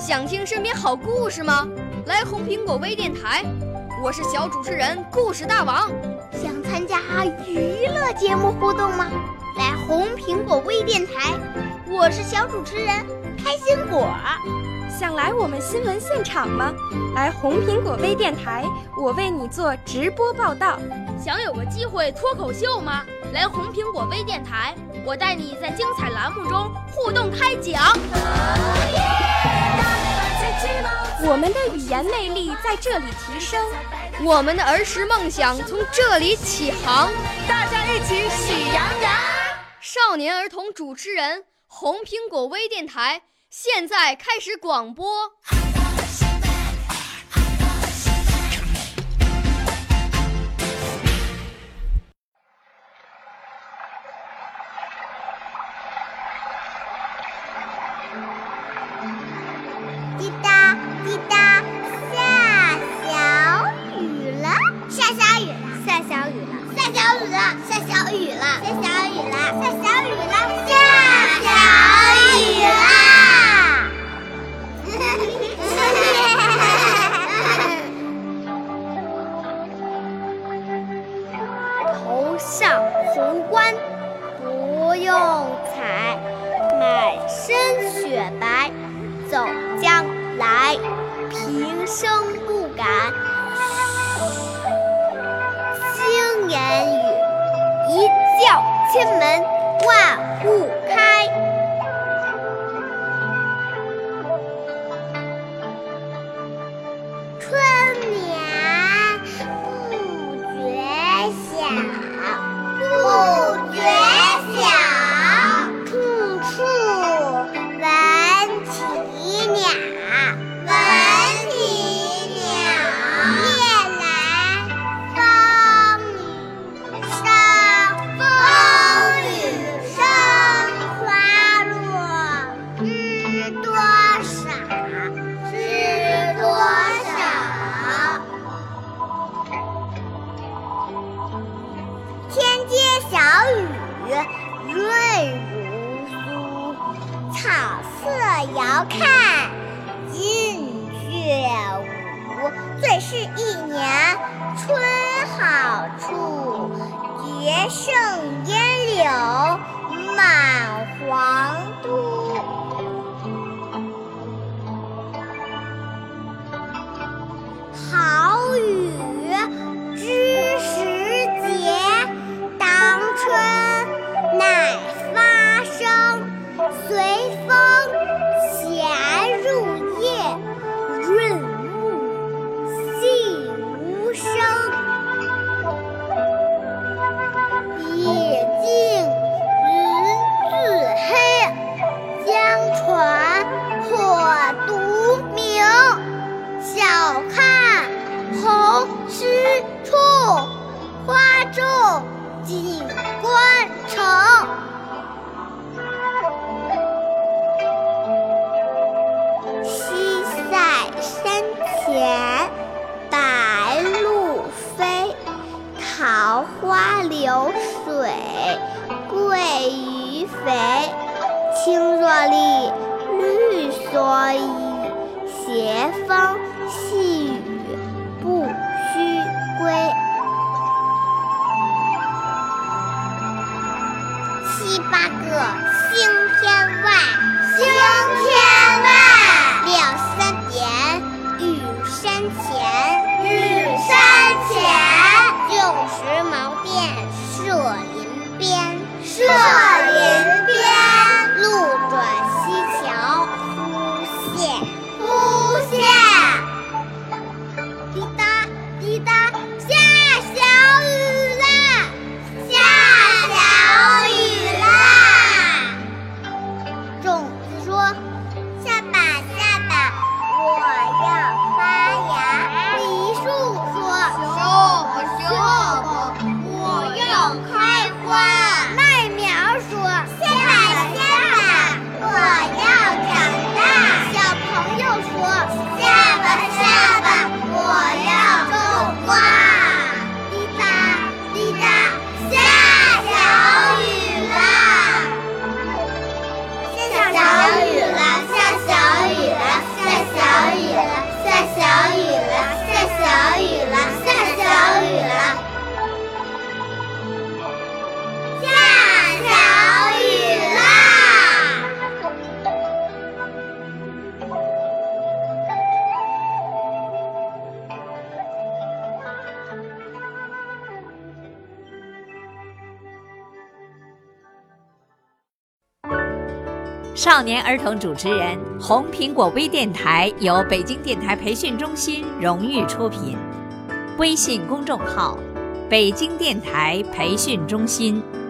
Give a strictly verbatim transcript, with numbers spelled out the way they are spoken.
想听身边好故事吗？来红苹果微电台，我是小主持人故事大王。 想参加娱乐节目互动吗？来红苹果微电台，我是小主持人开心果。 想来我们新闻现场吗？来红苹果微电台，我为你做直播报道。 想有个机会脱口秀吗？来红苹果微电台，我带你在精彩栏目中互动开讲。 我们的语言魅力在这里提升， 我们的儿时梦想从这里起航。 大家一起喜羊羊。 少年儿童主持人，红苹果微电台现在开始广播。 滴答滴答，下小雨了，下小雨了，下小雨了，下小雨了，下小雨了，下小雨了，下小雨了，下小雨啦！头上红冠不用彩，满身雪白。走将来，平生不敢轻言语，一叫千门万户开。春眠不觉晓，不觉晓，处处闻啼鸟，闻啼鸟，夜来风雨声，风雨声，花落知多少，知多少。天街小雨润如酥，草色遥看近却无。最是一年春好处，绝胜烟柳满皇都。好雨知时节，当春乃发生。随风潜入夜，润物细无声。野径云自黑，江船火独明。晓看红湿处，花重锦官城。西塞山前白鹭飞，桃花流水鳜鱼肥。青箬笠，绿蓑衣，斜风细雨不须归。七八个星天外，星天外。两三点雨山前，雨山前。旧时茅店社林边，社林边。路转溪桥忽见，忽见少年儿童主持人，红苹果微电台由北京电台培训中心荣誉出品，微信公众号：北京电台培训中心。